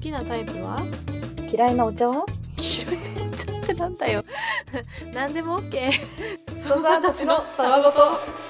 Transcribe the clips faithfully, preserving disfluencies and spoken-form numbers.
きなタイプは？ 嫌いなお茶は？ 嫌いなお茶ってなんだよ何でも OK ソザたちのたわごと。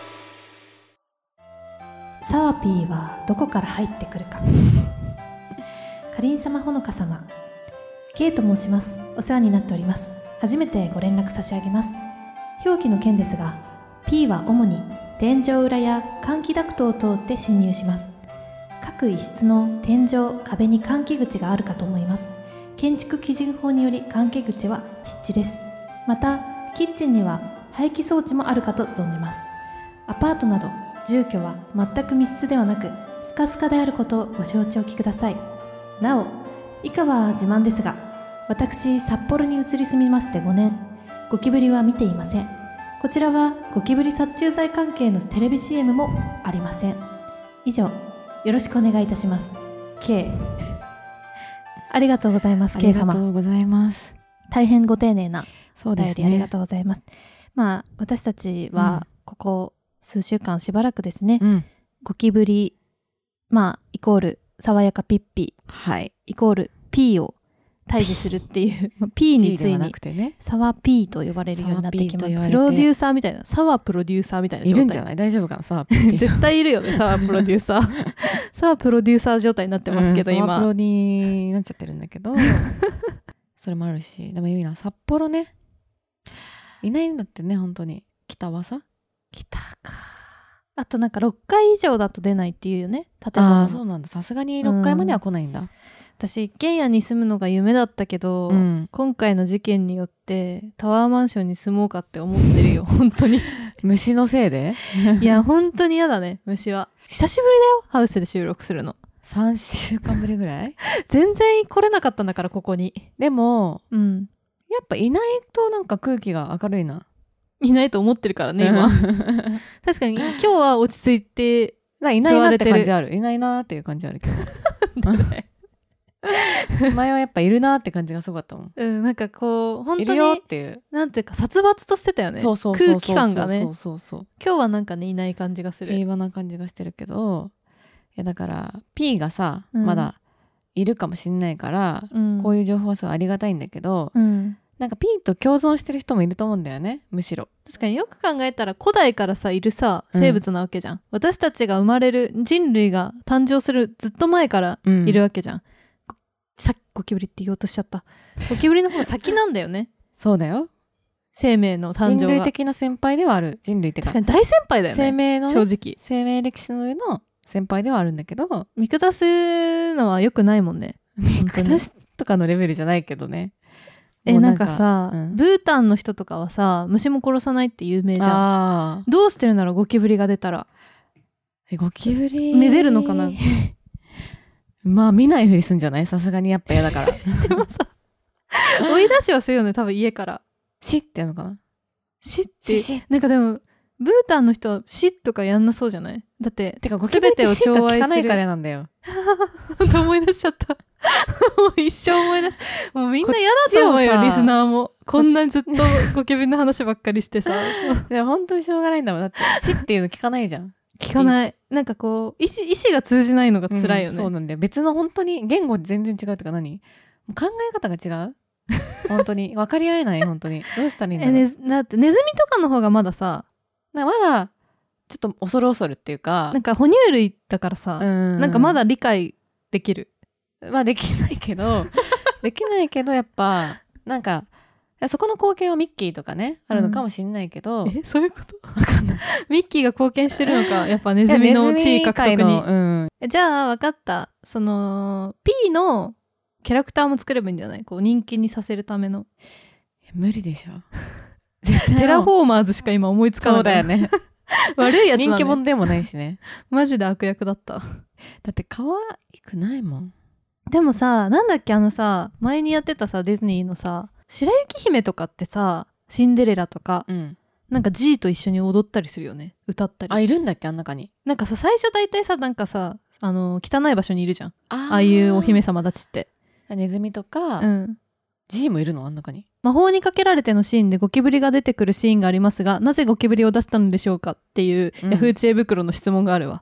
サワピーはどこから入ってくるかかりん様ほのか様、ケイと申します。お世話になっております。初めてご連絡差し上げます。表記の件ですが、 P は主に天井裏や換気ダクトを通って侵入します。各一室の天井、壁に換気口があるかと思います。建築基準法により換気口は必置です。またキッチンには排気装置もあるかと存じます。アパートなど住居は全く密室ではなくスカスカであることをご承知おきください。なお、以下は自慢ですが、私札幌に移り住みましてごねん、ゴキブリは見ていません。こちらはゴキブリ殺虫剤関係のテレビ シーエム もありません。以上、よろしくお願いいたします。 K ありがとうございます。 K 様、 ありがとうございます。 大変ご丁寧なそうですね、 お便りありがとうございます。まあ私たちはここ数週間しばらくですね、 うん、 ゴキブリ、まあイコール爽やかピッピ、 はい、 イコール P を退治するっていうP についにサワ P と呼ばれるようになってきます。プロデューサーみたいな、サワプロデューサーみたいな状態いるんじゃない？大丈夫かな、サワ P って絶対いるよね、サワプロデューサーサワプロデューサー状態になってますけど、 うん、 今サワプロになっちゃってるんだけどそれもあるし、でもいいな、札幌ね、いないんだってね、本当に。北はさ、 北か、あとなんかろっかい以上だと出ないっていうよね、建物。 ああ、そうなんだ。さすがにろっかいまでは来ないんだ。 私一軒家に住むのが夢だったけど、うん、今回の事件によってタワーマンションに住もうかって思ってるよ本当に虫のせいでいや本当に嫌だね、虫は。久しぶりだよ、ハウスで収録するの。 さんしゅうかんぶりぐらい全然来れなかったんだから、ここに。 でも、 うん、 やっぱいないとなんか空気が明るいな。 いないと思ってるからね今確かに今日は落ち着いて座れてる。 いないなって感じある。いないなっていう感じあるけど前はやっぱいるなって感じがすごかったもん。 うん、なんかこう本当にいるよっていう、 なんていうか殺伐としてたよね。 そうそうそうそう、 空気感がね。 そうそうそう、 今日はなんかねいない感じがする。 平和な感じがしてるけど、いやだから P がさ、 うん、 まだいるかもしんないから、うん、こういう情報はすごいありがたいんだけど、うん、なんか P と共存してる人もいると思うんだよね、むしろ。 確かによく考えたら古代からさいるさ生物なわけじゃん、うん、私たちが生まれる、人類が誕生するずっと前からいるわけじゃん、うん、さゴキブリって言おうとしちゃった。ゴキブリの方が先なんだよねそうだよ、 生命の誕生が。人類的な先輩ではある。人類ってか確かに大先輩だよね、 生命の、ね、 正直生命歴史の上の先輩ではあるんだけど、 見下すのは良くないもんね。 見下すとかのレベルじゃないけどね。 え、なんかさ、うん、ブータンの人とかはさ虫も殺さないって有名じゃん。どうしてるならゴキブリが出たら。 え、ゴキブリめでるのかなまあ見ないふりすんじゃない？さすがにやっぱ嫌だからでもさ追い出しはするよね、多分家から。 シッってやるのかな。 シッってシッなんかでもブータンの人はシッとかやんなそうじゃない？だっててかゴキブリってシッと聞かないからなんだよ思い出しちゃったもう一生思い出し、もうみんな嫌だと思うよ、リスナーも。こんなにずっとゴキブリの話ばっかりしてさいや本当にしょうがないんだもん。だってシッっていうの聞かないじゃん。 聞かない。なんかこう意思、意思が通じないのが辛いよね、 うん、そうなんだよ。別の本当に言語全然違うとか、何もう考え方が違う本当に分かり合えない。本当にどうしたらいいんだろう。 え、ね、だってネズミとかの方がまださ、 なんかまだちょっと恐る恐るっていうか、 なんか哺乳類だからさ、んなんかまだ理解できる。 まあできないけどできないけどやっぱなんかそこの貢献はミッキーとかねあるのかもしれないけど、 うん、え、そういうことわかんないミッキーが貢献してるのか、やっぱネズミの地位獲得に、うん、じゃあ分かった。その P のキャラクターも作ればいいんじゃない？こう人気にさせるための。 無理でしょテラフォーマーズしか今思いつかない。 そうだよね悪いやつだね。 人気者でもないしねマジで悪役だった。 だって可愛くないもん。 でもさ、なんだっけ、あのさ前にやってたさディズニーのさ白雪姫とかってさ、シンデレラとか、うん、なんか G と一緒に踊ったりするよね、歌ったり。 あ、いるんだっけ、あん中に。 なんかさ最初大体さ、なんかさあの汚い場所にいるじゃん、 あ, ああいうお姫様たちって。 ネズミとか、うん、G もいるの、あん中に。 魔法にかけられてのシーンでゴキブリが出てくるシーンがありますが、なぜゴキブリを出したのでしょうかっていう、うん、ヤフー知恵袋の質問があるわ。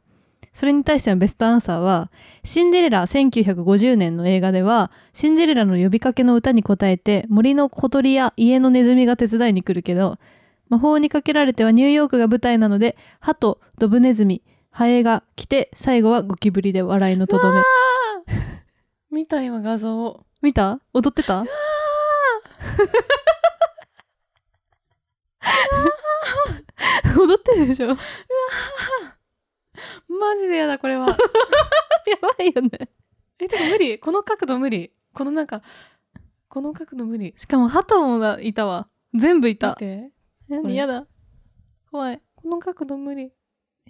それに対してのベストアンサーは、シンデレラせんきゅうひゃくごじゅうねんの映画ではシンデレラの呼びかけの歌に応えて森の小鳥や家のネズミが手伝いに来るけど、魔法にかけられてはニューヨークが舞台なので鳩、ドブネズミ、ハエが来て、最後はゴキブリで笑いのとどめ。 見た今画像。 見た？踊ってた？踊ってるでしょ。 マジでやだこれは。やばいよね。 え、てか無理。この角度無理。このなんかこの角度無理。 しかも鳩もいたわ。全部いた。 見て。 何？やだ。怖い。 この角度無理。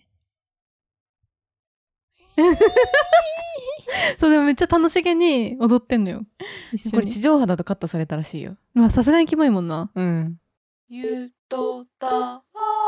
そうでもめっちゃ楽しげに踊ってんのよ。一緒に。 これ地上波だとカットされたらしいよ。 まあさすがにキモいもんな。 うん。 ゆとた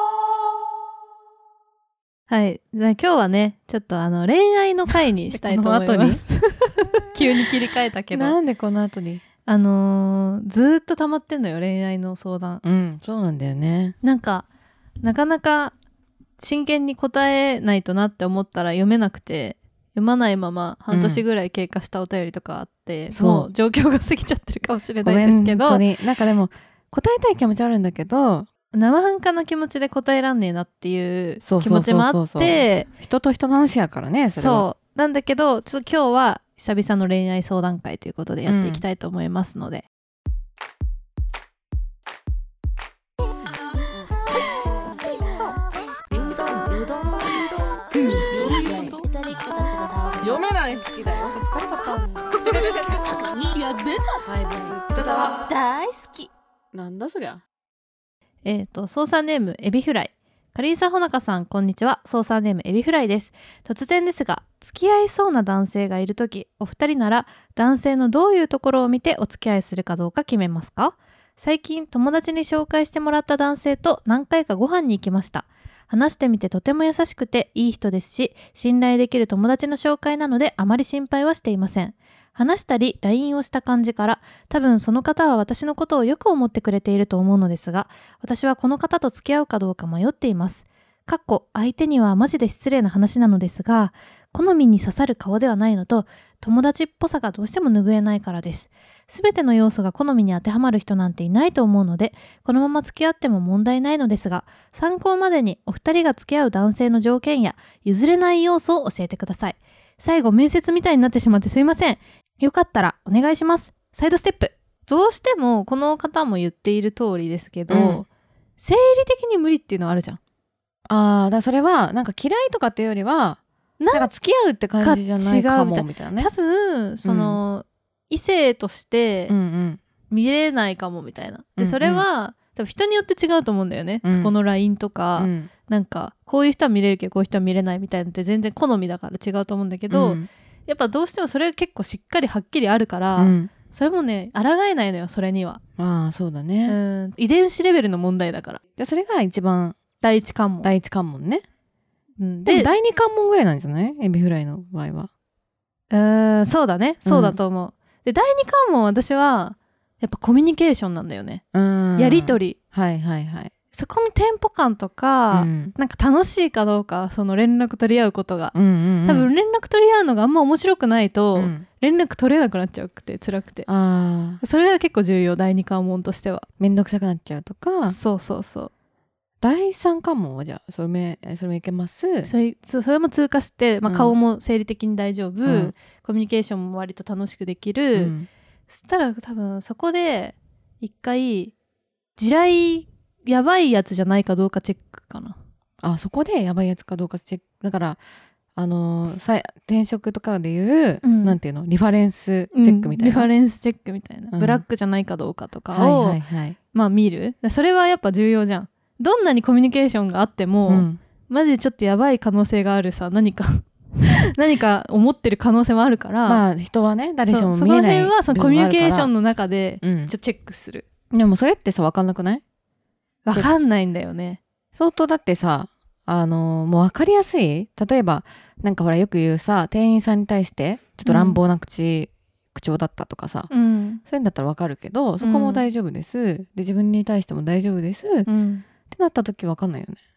はい。じゃあ今日はね、ちょっとあの恋愛の回にしたいと思います。急に切り替えたけど。 なんでこの後に？ あのー、ずーっと溜まってんのよ、恋愛の相談。 うん、そうなんだよね。 なんかなかなか真剣に答えないとなって思ったら読めなくて、読まないまま半年ぐらい経過したお便りとかあって、うん、もう状況が過ぎちゃってるかもしれないですけど、 本当になんかでも答えたい気持ちあるんだけど、 生半可な気持ちで答えらんねえなっていう気持ちもあって、 人と人の話やからね、それは。 そうなんだけど、ちょっと今日は久々の恋愛相談会ということでやっていきたいと思いますので、 読めない好きだよ。疲れた。いや別は大好き。 なんだそりゃ。 えっと操作ネームエビフライ。かりんさんほなかさんこんにちは。操作ネームエビフライです。突然ですが、付き合いそうな男性がいるとき、お二人なら男性のどういうところを見てお付き合いするかどうか決めますか？最近友達に紹介してもらった男性と何回かご飯に行きました。話してみてとても優しくていい人ですし、信頼できる友達の紹介なのであまり心配はしていません。話したり ライン をした感じから、多分その方は私のことをよく思ってくれていると思うのですが、私はこの方と付き合うかどうか迷っています。かっこ相手にはマジで失礼な話なのですが、好みに刺さる顔ではないのと、友達っぽさがどうしても拭えないからです。すべての要素が好みに当てはまる人なんていないと思うので、このまま付き合っても問題ないのですが、参考までにお二人が付き合う男性の条件や譲れない要素を教えてください。最後面接みたいになってしまってすいません。よかったらお願いします。サイドステップ。どうしてもこの方も言っている通りですけど、うん、生理的に無理っていうのはあるじゃん。 ああ、だそれはなんか嫌いとかっていうよりはなんか付き合うって感じじゃないかもみたいなね。 多分その、うん、異性として見れないかもみたいな。でそれは多分人によって違うと思うんだよね、うん、そこのラインとか、うん、なんかこういう人は見れるけどこういう人は見れないみたいなのって全然好みだから違うと思うんだけど、うん、やっぱどうしてもそれが結構しっかりはっきりあるから、うん、それもね抗えないのよ、それには。 ああそうだね、 うん、遺伝子レベルの問題だから。 でそれが一番第一関門第一関門ね、うん、でも第二関門ぐらいなんじゃない？エビフライの場合は。 うーんそうだね、そうだと思う、うん、で第二関門私はやっぱコミュニケーションなんだよね。うんやりとり、 はいはいはい、 そこのテンポ感とか、うん、なんか楽しいかどうか、その連絡取り合うことが、うんうんうん、多分連絡取り合うのがあんま面白くないと、うん、連絡取れなくなっちゃうくて辛くて、あそれが結構重要。第二関門としてはめんどくさくなっちゃうとか。 そうそうそう。 第三関門はじゃあそれもそれもいけます。 それ、それも通過して、まあ、顔も生理的に大丈夫、うん、コミュニケーションも割と楽しくできる、うん、そしたら多分そこで一回地雷やばいやつじゃないかどうかチェックかな。 あそこでやばいやつかどうかチェックだから、あのー、さ転職とかでいう、うん、なんていうのリファレンスチェックみたいな、うん、リファレンスチェックみたいな、うん、ブラックじゃないかどうかとかを、はいはいはい、まあ見る。それはやっぱ重要じゃん。どんなにコミュニケーションがあっても、うん、マジでちょっとやばい可能性があるさ、何か何か思ってる可能性もあるから、 まあ人はね誰しも見えない。 そこら辺はそのコミュニケーションの中でちょっとチェックする、 うん、でもそれってさ分かんなくない？ 分かんないんだよね。 相当だってさ、あのー、もう分かりやすい。例えばなんかほらよく言うさ、店員さんに対してちょっと乱暴な口、うん、口調だったとかさ、うん、そういうんだったら分かるけど、そこも大丈夫です、うん、で自分に対しても大丈夫です、うん、ってなった時分かんないよね。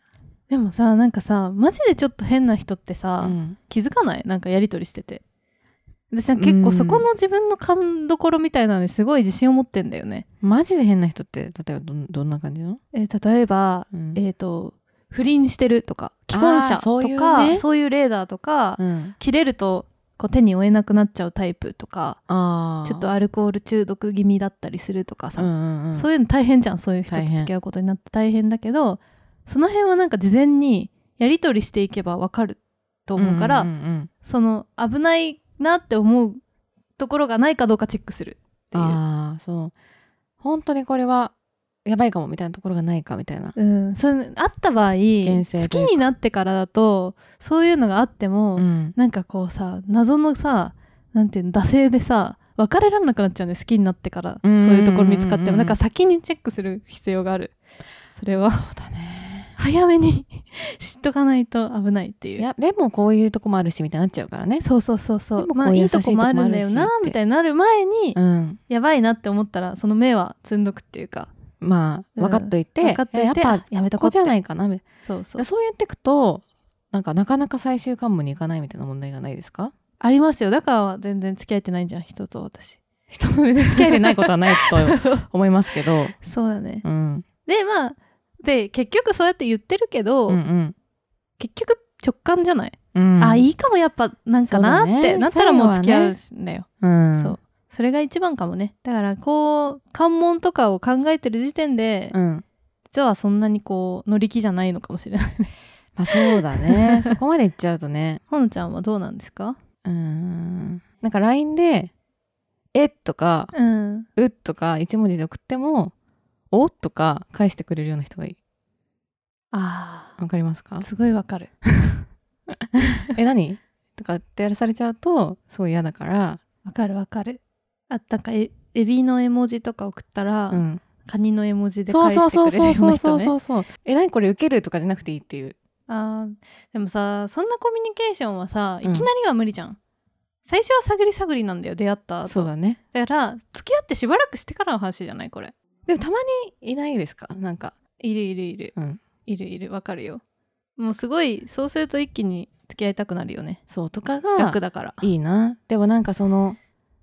でもさなんかさマジでちょっと変な人ってさ、 うん、 気づかない？なんかやり取りしてて私は結構そこの自分の勘どころみたいなのにすごい自信を持ってんだよね。 マジで変な人って例えば ど, どんな感じの？ えー、例えば、うん、えっ、ー、と不倫してるとか既婚者とかそういう、ね、そういうレーダーとか、うん、切れるとこう手に負えなくなっちゃうタイプとかあちょっとアルコール中毒気味だったりするとかさ、うんうんうん、そういうの大変じゃん。そういう人と付き合うことになって大変だけどその辺はなんか事前にやり取りしていけば分かると思うから、うんうんうんうん、その危ないなって思うところがないかどうかチェックするっていう。 あそう本当にこれはやばいかもみたいなところがないかみたいな、 うん、それあった場合好きになってからだとそういうのがあっても、うん、なんかこうさ謎のさなんていうの惰性でさ別れられなくなっちゃうんで好きになってからそういうところ見つかってもなんか先にチェックする必要がある。それはそうだね早めに知っとかないと危ないっていう。 いやでもこういうとこもあるしみたいになっちゃうからね。 そうそうそうそう。まあいいとこもあるんだよなみたいになる前に、うん、やばいなって思ったらその目は積んどくっていうかまあ分かっといて、うん、分かっといてやっぱやめとこうってここじゃないかな。そうそうそうやっていくとなんかなかなか最終関門に行かないみたいな問題がないですか？ ありますよ。だから全然付き合えてないんじゃん人と私。 人と付き合えてないことはないと思いますけどそうだね、 うん、 でまあで結局そうやって言ってるけど、うんうん、結局直感じゃない、うん、あいいかもやっぱなんかなってなったらもう付き合うんだよ、ねうん、そうそれが一番かもね。だからこう関門とかを考えてる時点で、うん、実はそんなにこう乗り気じゃないのかもしれないねまあそうだねそこまでいっちゃうとね。 ほのちゃんはどうなんですか？ うーんなんか ライン でえとか、うん、うとか一文字で送ってもおとか返してくれるような人がいい。 あわかりますか？ すごいわかるえ何とかってやらされちゃうとすごい嫌だから。 わかるわかる。あなんかエビの絵文字とか送ったら、うん、カニの絵文字で返してくれるような人ね。そうそうそうそうそう。 え何これ受けるとかじゃなくていいっていう。 あでもさそんなコミュニケーションはさいきなりは無理じゃん、うん、最初は探り探りなんだよ出会った後。 そうだね。 だから付き合ってしばらくしてからの話じゃないこれ。 でもたまにいないですか？なんかいるいるいる、うん、いるいるわかるよ。もうすごいそうすると一気に付き合いたくなるよね。 そうとかが楽だからいいな。でもなんかその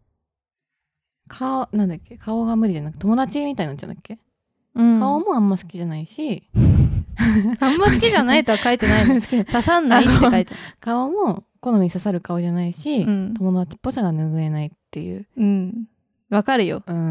顔なんだっけ顔が無理じゃなくて友達みたいになっちゃうんだっけ、うん、顔もあんま好きじゃないしあんま好きじゃないとは書いてないの刺さんないって書いてある顔も好みに刺さる顔じゃないし、うん、友達っぽさが拭えないっていううんわかるよ、うん、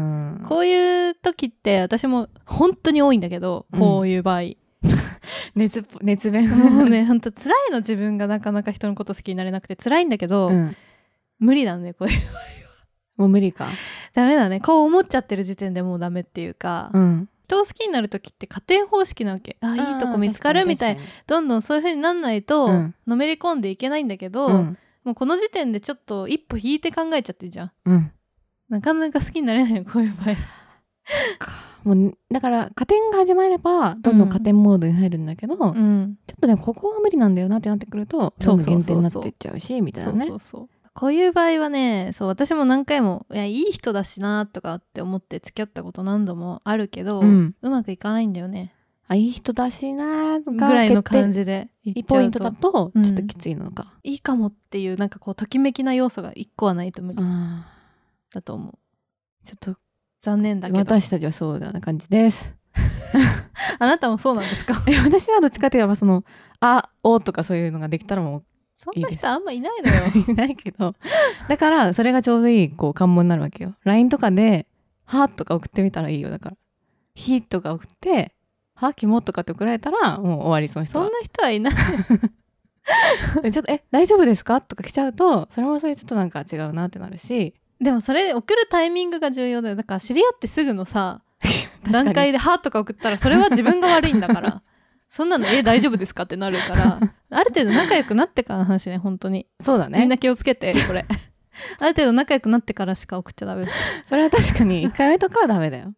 こういう時って私も本当に多いんだけどこういう場合、うん、 熱熱弁もうねほんと辛いの自分がなかなか人のこと好きになれなくて辛いんだけど、うん、無理だねこういう場合は。 もう無理か。 ダメだねこう思っちゃってる時点でもうダメっていうか、うん、人を好きになる時って加点方式なわけ。あいいとこ見つかるみたいどんどんそういう風になんないと、うん、のめり込んでいけないんだけど、うん、もうこの時点でちょっと一歩引いて考えちゃってるじゃん、うん、なかなか好きになれないよこういう場合もうだから加点が始まればどんどん加点モードに入るんだけど、うん、ちょっとでもここが無理なんだよなってなってくるとどんどん減点になっていっちゃうしみたいなね。そうそうそうこういう場合はねそう私も何回もいやいい人だしなとかって思って付き合ったこと何度もあるけど、うん、うまくいかないんだよね。 あいい人だしなぐらいの感じでいいポイントだとちょっときついのか、 うん、いいかもっていうなんかこうときめきな要素がいっこはないと無理だと思う。ちょっと残念だけど私たちはそうな感じですあなたもそうなんですか？ 私はどっちかといえばそのあおとかそういうのができたらもうそんな人あんまいないのよいないけどだからそれがちょうどいいこう関門になるわけよ。 ライン とかではとか送ってみたらいいよ。だからひとか送ってはキモとかって送られたらもう終わりその人は。 そんな人はいないちょっとえ大丈夫ですかとか来ちゃうとそれもそれちょっとなんか違うなってなるし。 でもそれ送るタイミングが重要だよ。だから知り合ってすぐのさ段階ではとか送ったらそれは自分が悪いんだからそんなのえ大丈夫ですかってなるからある程度仲良くなってからの話ね。本当にそうだね。 みんな気をつけてこれある程度仲良くなってからしか送っちゃダメです。 それは確かにいっかいめとかはダメだよ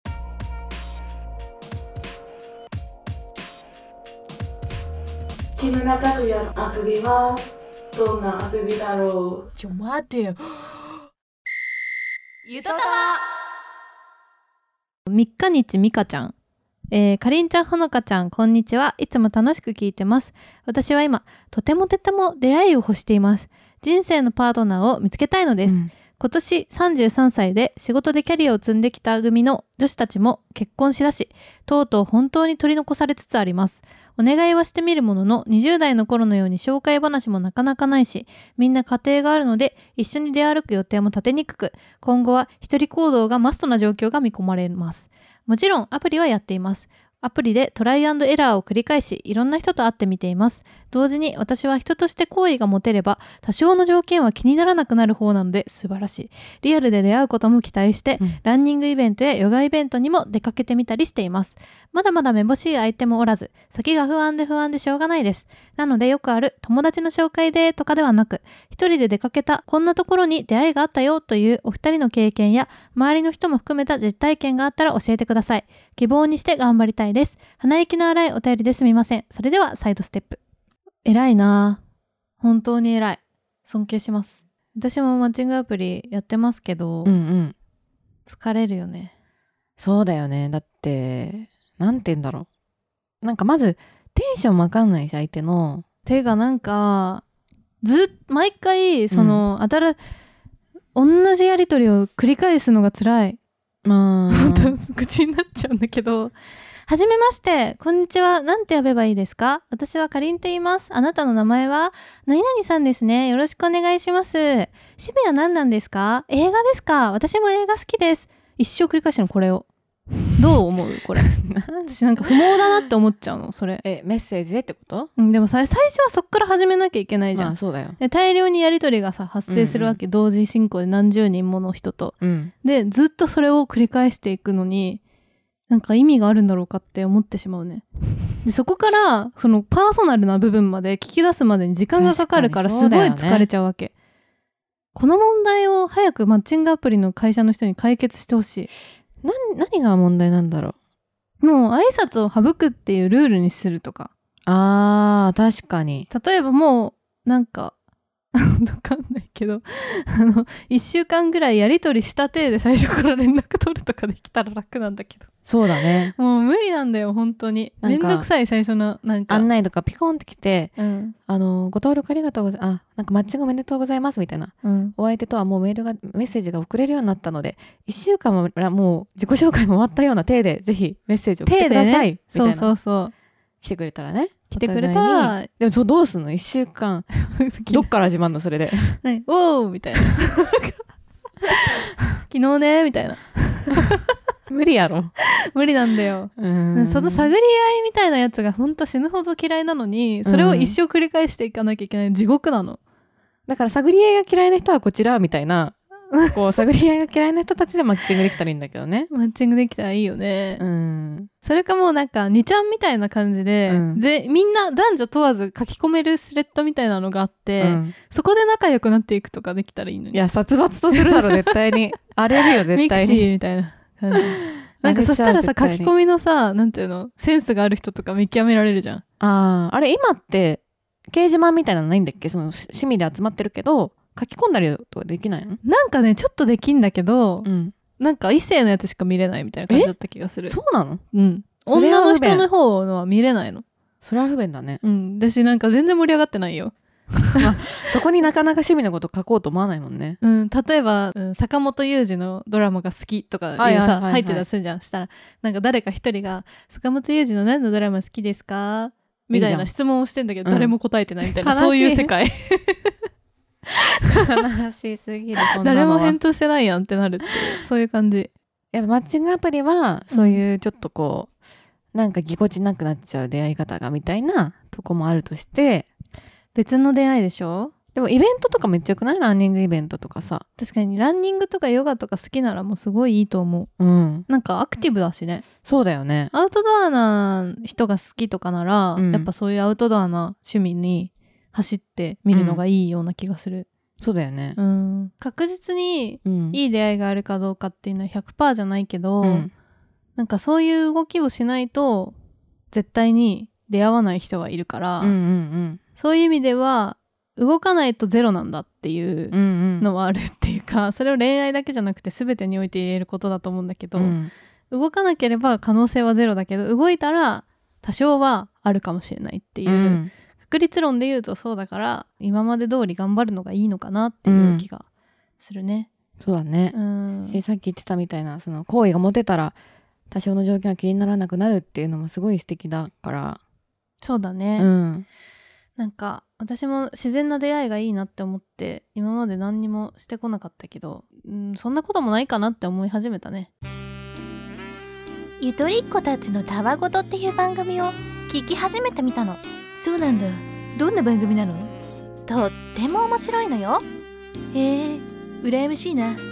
木村拓哉のあくびはどんなあくびだろう。 ちょ待てよゆとたわみっかにちみかちゃんえー、かりんちゃんほのかちゃんこんにちは。いつも楽しく聞いてます。私は今とてもとても出会いを欲しています。人生のパートナーを見つけたいのです、うん、今年さんじゅうさんさいで仕事でキャリアを積んできた組の女子たちも結婚しだし、とうとう本当に取り残されつつあります。お願いはしてみるもののにじゅう代の頃のように紹介話もなかなかないし、みんな家庭があるので一緒に出歩く予定も立てにくく、今後は一人行動がマストな状況が見込まれます。もちろんアプリはやっています。アプリでトライアンドエラーを繰り返し、いろんな人と会ってみています。同時に私は人として好意が持てれば多少の条件は気にならなくなる方なので素晴らしい。リアルで出会うことも期待して、うん、ランニングイベントやヨガイベントにも出かけてみたりしています。まだまだめぼしい相手もおらず、先が不安で不安でしょうがないです。なのでよくある友達の紹介でとかではなく、一人で出かけたこんなところに出会いがあったよというお二人の経験や周りの人も含めた実体験があったら教えてください。希望にして頑張りたいです。鼻息の荒いお便りですみません。それではサイドステップ。偉いな。本当に偉い。尊敬します。私もマッチングアプリやってますけど、 うんうん、 疲れるよね。 そうだよね。だってなんて言うんだろう、なんかまずテンションわかんないし、相手のてかなんかず毎回その、うん、当たる同じやり取りを繰り返すのが辛い。 まあ本当口になっちゃうんだけど、はじめまして、こんにちは、なんて呼べばいいですか？私はかりんと言います。あなたの名前は何々さんですね。よろしくお願いします。趣味は何なんですか？映画ですか？私も映画好きです。一生繰り返してのこれをどう思う？これ私なんか不毛だなって思っちゃうのそれ。 えメッセージでってこと？ うん、でもさ、最初はそっから始めなきゃいけないじゃん。 まあそうだよ。 で大量にやり取りがさ発生するわけ、うんうん、同時進行で何十人もの人と、うん、でずっとそれを繰り返していくのになんか意味があるんだろうかって思ってしまうね。でそこからそのパーソナルな部分まで聞き出すまでに時間がかかるからすごい疲れちゃうわけ、ね、この問題を早くマッチングアプリの会社の人に解決してほしい。 な何が問題なんだろう。もう挨拶を省くっていうルールにするとか。 あー確かに。 例えばもうなんかわかんないけどあのいっしゅうかんぐらいやり取りした体で最初から連絡取るとかできたら楽なんだけど。 そうだね。 もう無理なんだよ本当に。めんどくさい。最初のなんか案内とかピコンってきて、 うん、あのご登録ありがとうございます、あなんかマッチングおめでとうございますみたいな、うん、お相手とはもうメールがメッセージが送れるようになったのでいっしゅうかんももう自己紹介も終わったような体でぜひメッセージを送ってください、ね、みたいな。そうそうそう来てくれたらね。 来てくれたらでもどうすんのいっしゅうかんどっから始まるのそれでおーみたいな昨日ねみたいな無理やろ無理なんだよ。うんその探り合いみたいなやつがほんと死ぬほど嫌いなのにそれを一生繰り返していかなきゃいけない地獄なの。 だから探り合いが嫌いな人はこちらみたいなこう探り合いが嫌いな人たちでマッチングできたらいいんだけどね。 マッチングできたらいいよね。 うんそれかもうなんかにちゃんみたいな感じで、うん、ぜみんな男女問わず書き込めるスレッドみたいなのがあって、うん、そこで仲良くなっていくとかできたらいいのに。 いや殺伐とするだろ絶対に荒れるよ絶対にミクシーみたいな感じなんかそしたらさ書き込みのさなんていうのセンスがある人とか見極められるじゃん。 あーあれ今って掲示板みたいなのないんだっけ？その趣味で集まってるけど書き込んだりとかできないの？ なんかねちょっとできんだけど、うん、なんか異性のやつしか見れないみたいな感じだった気がする。 そうなの？ うん女の人の方のは見れないの。 それは不便だね。 うん私なんか全然盛り上がってないよまあ、そこになかなか趣味のこと書こうと思わないもんね。 うん、例えば、うん、坂本雄二のドラマが好きとかいうさ、はいはいはいはい、入ってたりするじゃん。したらなんか誰か一人が坂本雄二の何のドラマ好きですかみたいな質問をしてんだけど、うん、誰も答えてないみたいなそういう世界悲しすぎる。そんなのは誰も返答してないやんってなるっていうそういう感じ。 やっぱマッチングアプリはそういうちょっとこう、うん、なんかぎこちなくなっちゃう出会い方がみたいなとこもあるとして別の出会いでしょ。 でもイベントとかめっちゃよくない？ランニングイベントとかさ。 確かにランニングとかヨガとか好きならもうすごいいいと思う、うん、なんかアクティブだしね。 そうだよね。 アウトドアな人が好きとかなら、うん、やっぱそういうアウトドアな趣味に走ってみるのがいいような気がする、うん、 そうだよね、 うん、確実にいい出会いがあるかどうかっていうのは ひゃくパーセント じゃないけど、うん、なんかそういう動きをしないと絶対に出会わない人がいるから、うんうんうん、そういう意味では動かないとゼロなんだっていうのはあるっていうか、それを恋愛だけじゃなくて全てにおいて言えることだと思うんだけど、うん、 動かなければ可能性はゼロだけど、動いたら多少はあるかもしれないっていう、うん、確率論で言うとそうだから、今まで通り頑張るのがいいのかなっていう気がするね、 うん、そうだね、うん、さっき言ってたみたいなその好意が持てたら多少の条件は気にならなくなるっていうのもすごい素敵だから。 そうだね、うん、なんか私も自然な出会いがいいなって思って今まで何にもしてこなかったけど、うん、そんなこともないかなって思い始めたね。 ゆとりっ子たちのたわごとっていう番組を聞き始めてみたの。そうなんだ。どんな番組なの？とっても面白いのよ。へえ、羨ましいな。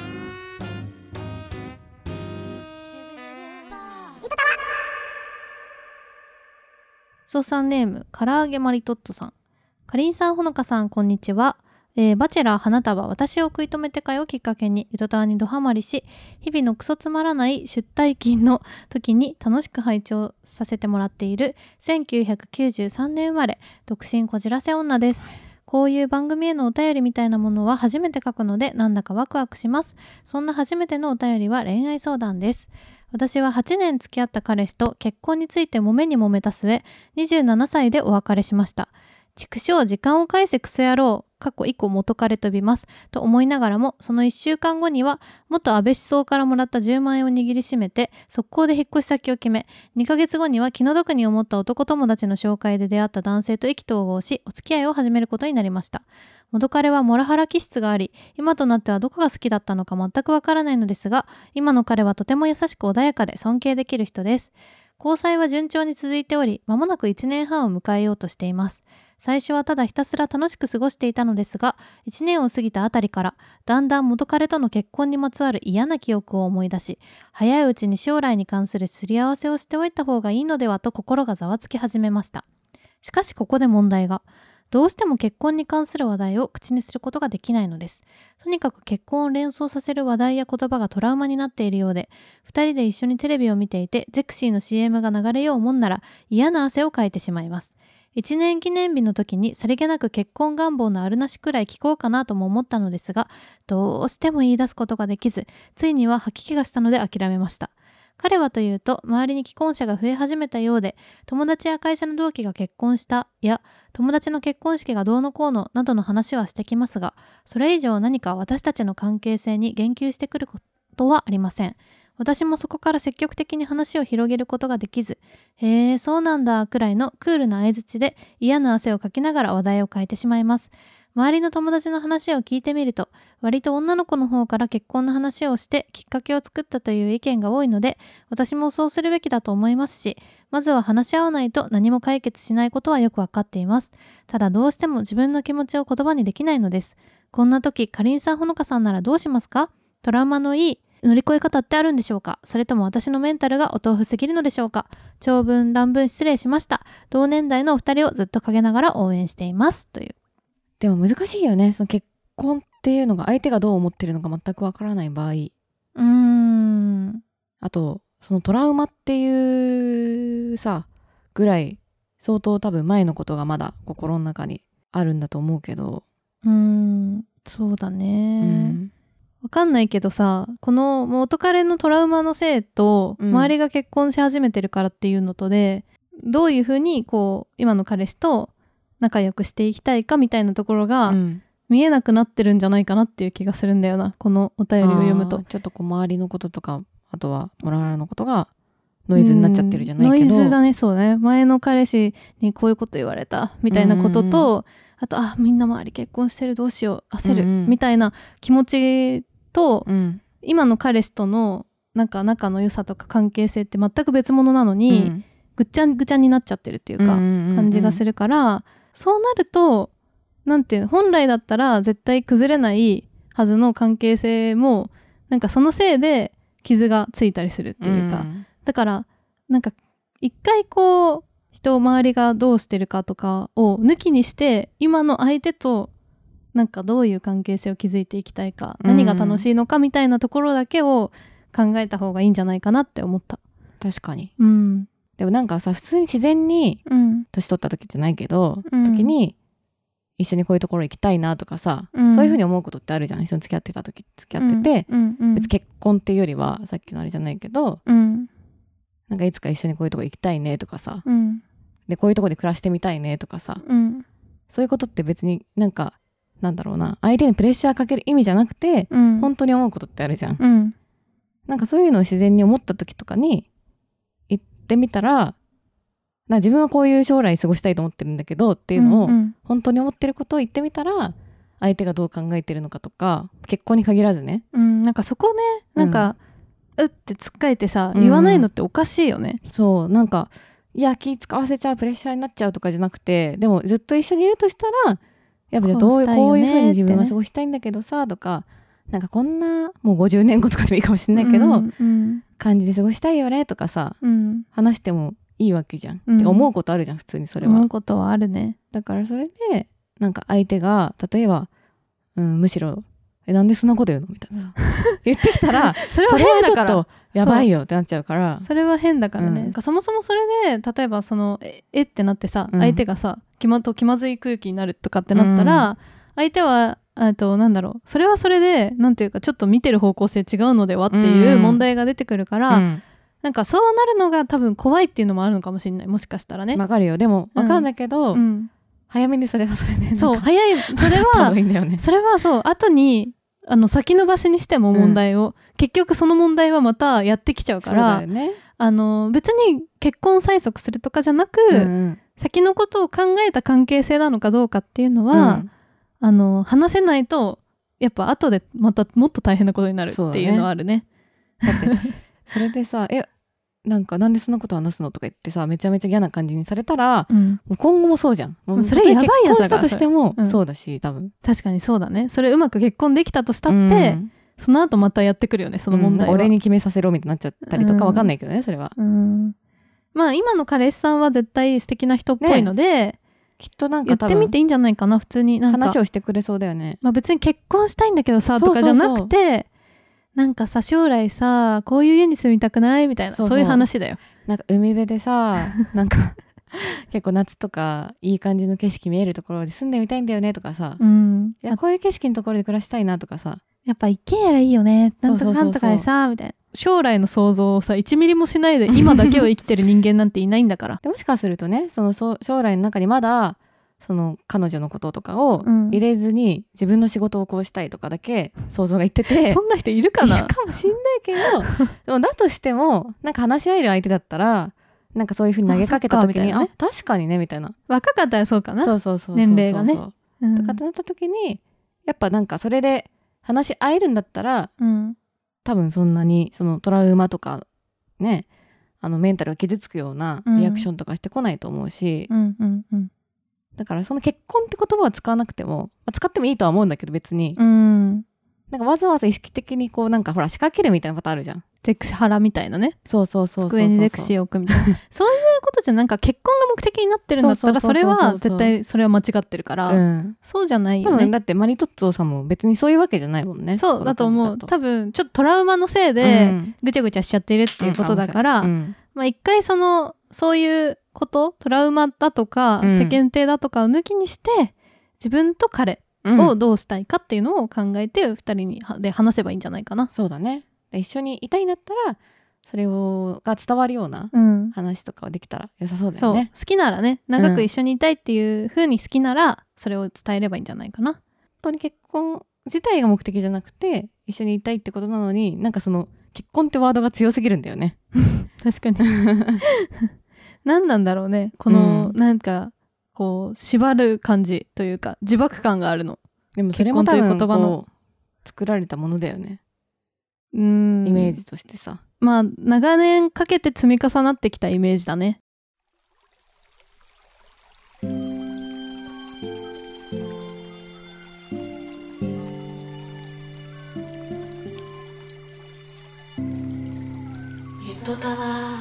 操作ネーム、唐揚げマリトッツォさん。かりんさん、ほのかさん、こんにちは。えー、バチェラー花束私を食い止めて会をきっかけにゆとたわにドハマりし、日々のクソつまらない出退勤の時に楽しく拝聴させてもらっているせんきゅうひゃくきゅうじゅうさんねん生まれ独身こじらせ女です。こういう番組へのお便りみたいなものは初めて書くのでなんだかワクワクします。そんな初めてのお便りは恋愛相談です。私ははちねん付き合った彼氏と結婚について揉めに揉めた末、にじゅうななさいでお別れしました。畜生時間を返せクソ野郎、過去以降元彼飛びますと思いながらも、そのいっしゅうかんごには元安倍首相からもらったじゅうまんえんを握りしめて速攻で引っ越し先を決め、にかげつごには気の毒に思った男友達の紹介で出会った男性と意気投合し、お付き合いを始めることになりました。元彼はモラハラ気質があり、今となってはどこが好きだったのか全くわからないのですが、今の彼はとても優しく穏やかで尊敬できる人です。交際は順調に続いており、間もなくいちねんはんを迎えようとしています。最初はただひたすら楽しく過ごしていたのですが、いちねんを過ぎたあたりからだんだん元彼との結婚にまつわる嫌な記憶を思い出し、早いうちに将来に関するすり合わせをしておいた方がいいのではと心がざわつき始めました。しかしここで問題が。どうしても結婚に関する話題を口にすることができないのです。とにかく結婚を連想させる話題や言葉がトラウマになっているようで、二人で一緒にテレビを見ていてゼクシーの シーエム が流れようもんなら嫌な汗をかいてしまいます。一年記念日の時にさりげなく結婚願望のあるなしくらい聞こうかなとも思ったのですが、どうしても言い出すことができず、ついには吐き気がしたので諦めました。彼はというと、周りに既婚者が増え始めたようで、友達や会社の同期が結婚したや友達の結婚式がどうのこうのなどの話はしてきますが、それ以上何か私たちの関係性に言及してくることはありません。私もそこから積極的に話を広げることができず、へえそうなんだくらいのクールな相槌で嫌な汗をかきながら話題を変えてしまいます。周りの友達の話を聞いてみると、割と女の子の方から結婚の話をしてきっかけを作ったという意見が多いので、私もそうするべきだと思いますし、まずは話し合わないと何も解決しないことはよくわかっています。ただどうしても自分の気持ちを言葉にできないのです。こんな時、かりんさんほのかさんならどうしますか？トラウマのいい乗り越え方ってあるんでしょうか？それとも私のメンタルがお豆腐すぎるのでしょうか？長文乱文失礼しました。同年代のお二人をずっと陰ながら応援していますという。 でも難しいよね。その結婚っていうのが相手がどう思ってるのか全くわからない場合、うーんあとそのトラウマっていうさぐらい相当多分前のことがまだ心の中にあるんだと思うけど、 うーんそうだね、うん、わかんないけどさ、この元彼のトラウマのせいと、うん、周りが結婚し始めてるからっていうのとで、どういうふうにこう今の彼氏と仲良くしていきたいかみたいなところが、うん、見えなくなってるんじゃないかなっていう気がするんだよな、このお便りを読むと。 ちょっとこう周りのこととか、あとはモラハラのことがノイズになっちゃってるじゃないけど、 ノイズだね。そうね、前の彼氏にこういうこと言われたみたいなことと、うんうんうん、あとあみんな周り結婚してるどうしよう焦る、うんうん、みたいな気持ちと、うん、今の彼氏とのなんか仲の良さとか関係性って全く別物なのに、うん、ぐっちゃぐちゃになっちゃってるっていうか、うんうんうん、感じがするから、そうなるとなんていうの、本来だったら絶対崩れないはずの関係性もなんかそのせいで傷がついたりするっていうか、うん、だからなんか一回こう人周りがどうしてるかとかを抜きにして今の相手となんかどういう関係性を築いていきたいか、うん、何が楽しいのかみたいなところだけを考えた方がいいんじゃないかなって思った。 確かに、 うん、でもなんかさ普通に自然に、うん、年取った時じゃないけど、うん、時に一緒にこういうところ行きたいなとかさ、 うん、 そういう風に思うことってあるじゃん。一緒に付き合ってた時付き合ってて、 うんうんうん、 別に結婚っていうよりはさっきのあれじゃないけど、 うん、 なんかいつか一緒にこういうとこ行きたいねとかさ、 うん、 でこういうとこで暮らしてみたいねとかさ、 うん、 そういうことって別になんかなんだろうな、相手にプレッシャーかける意味じゃなくて、 うん、 本当に思うことってあるじゃん、 うん、 なんかそういうのを自然に思った時とかに言ってみたら、な自分はこういう将来過ごしたいと思ってるんだけどっていうのを、 うんうん、 本当に思ってることを言ってみたら相手がどう考えてるのかとか、結婚に限らずね、 うん、なんかそこね、なんか、うん、うってつっかえてさ、 うん、 言わないのっておかしいよね。 そうなんかいや気使わせちゃう、プレッシャーになっちゃうとかじゃなくて、でもずっと一緒にいるとしたらやっぱじゃあどういうこういう風に自分は過ごしたいんだけどさとか、なんかこんなもうごじゅうねんごとかでもいいかもしれないけど、 うんうん、 感じで過ごしたいよねとかさ、うん、話してもいいわけじゃん、うん、って思うことあるじゃん普通に。それは思うことはあるね。 だからそれでなんか相手が例えば、うん、むしろえなんでそんなこと言うのみたいな言ってきたらそれは変だから、 それはちょっとやばいよってなっちゃうから、 それは変だからね、うん、なんかそもそもそれで例えばその え, えってなってさ、うん、相手がさ気まと気まずい空気になるとかってなったら、うん、相手はあとなんだろう、それはそれでなんていうかちょっと見てる方向性違うのではっていう問題が出てくるから、うん、なんかそうなるのが多分怖いっていうのもあるのかもしれない、もしかしたらね。 わかるよ、でもわかるんだけど、うん、早めにそれはそれでそう早い、それは、いいんだよね、それはそう後にあの先延ばしにしても問題を、うん、結局その問題はまたやってきちゃうから、そうだよね、あの別に結婚催促するとかじゃなく、うんうん、先のことを考えた関係性なのかどうかっていうのは、うん、あの話せないとやっぱ後でまたもっと大変なことになるっていうのはあるね。 だってそれでさえなんかなんでそんなこと話すのとか言ってさめちゃめちゃ嫌な感じにされたら、うん、もう今後もそうじゃん。もうそれやばいやつだから、 結婚したとしてもそうだし、うん、多分確かにそうだね。それうまく結婚できたとしたって、うん、その後またやってくるよねその問題は、 うん、俺に決めさせろみたいになっちゃったりとかわかんないけどね、それは、うん、 まあ今の彼氏さんは絶対素敵な人っぽいので、ね、 きっとなんかやってみていいんじゃないかな。普通になんか話をしてくれそうだよね。 まあ、別に結婚したいんだけどさとかじゃなくて、なんかさ将来さこういう家に住みたくないみたいな、そうそうそういう話だよ。 なんか海辺でさなんか結構夏とかいい感じの景色見えるところで住んでみたいんだよねとかさ、うん、いやこういう景色のところで暮らしたいなとかさ、 やっぱ一軒家がいいよねなんとかなんとかでさみたいな、将来の想像をさいちミリもしないで今だけを生きてる人間なんていないんだからでもしかするとねその将来の中にまだその彼女のこととかを入れずに、うん、自分の仕事をこうしたいとかだけ想像が言っててそんな人いるかな。 いるかもしんないけどでもだとしてもなんか話し合える相手だったらなんかそういう風に投げかけた時に あ, あ確かにねみたいな、 若かったらそうかな、 そうそうそうそう年齢がね、 うん、とかってなった時にやっぱなんかそれで話し合えるんだったら、うん、多分そんなにそのトラウマとかねあのメンタルが傷つくようなリアクションとかしてこないと思うし、うんうんうん、だからその結婚って言葉は使わなくても、まあ、使ってもいいとは思うんだけど別に、うん、なんかわざわざ意識的にこうなんかほら仕掛けるみたいなパターンあるじゃん。 セクハラみたいなね。 そうそうそうそうそう、 机にセクシーを置くみたいなそういうことじゃなんか結婚が目的になってるんだったらそれは絶対それは間違ってるから、うん、そうじゃないよね。 多分だってマリトッツォさんも別にそういうわけじゃないもんね。 そうだと思う。多分ちょっとトラウマのせいでぐちゃぐちゃしちゃっているっていうことだから、うんうん、まあ一回そのそういうことトラウマだとか、うん、世間体だとかを抜きにして自分と彼をどうしたいかっていうのを考えてふたりにで話せばいいんじゃないかな。 そうだね。一緒にいたいんだったらそれをが伝わるような話とかをできたら良さそうだよね、 そう好きならね長く一緒にいたいっていう風に好きならそれを伝えればいいんじゃないかな、うん、 本当に結婚自体が目的じゃなくて一緒にいたいってことなのになんかその結婚ってワードが強すぎるんだよね確かに何なんだろうねこの、うん、なんかこう縛る感じというか呪縛感があるの。 でもそれも多分こう作られたものだよね、うーんイメージとしてさ。 まあ長年かけて積み重なってきたイメージだね。 ゆとたわ。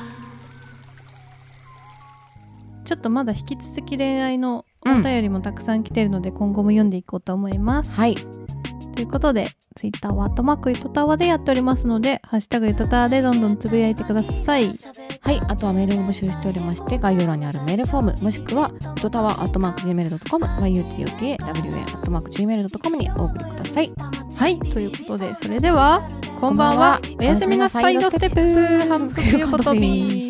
ちょっとまだ引き続き恋愛のお便りもたくさん来てるので、うん、今後も読んでいこうと思います。 はい。 ということでツイッターはアットマークゆとたわでやっておりますので、ハッシュタグゆとたわでどんどんつぶやいてください。 はい、あとはメールを募集しておりまして、概要欄にあるメールフォームもしくはゆとたわアットマーク ジーメールドットコム ユーティーオーティーエーダブリューエー アットマーク ジーメールドットコム にお送りください。 はい、ということでそれではこんばんは、おやすみなさいドステップ反復横跳び。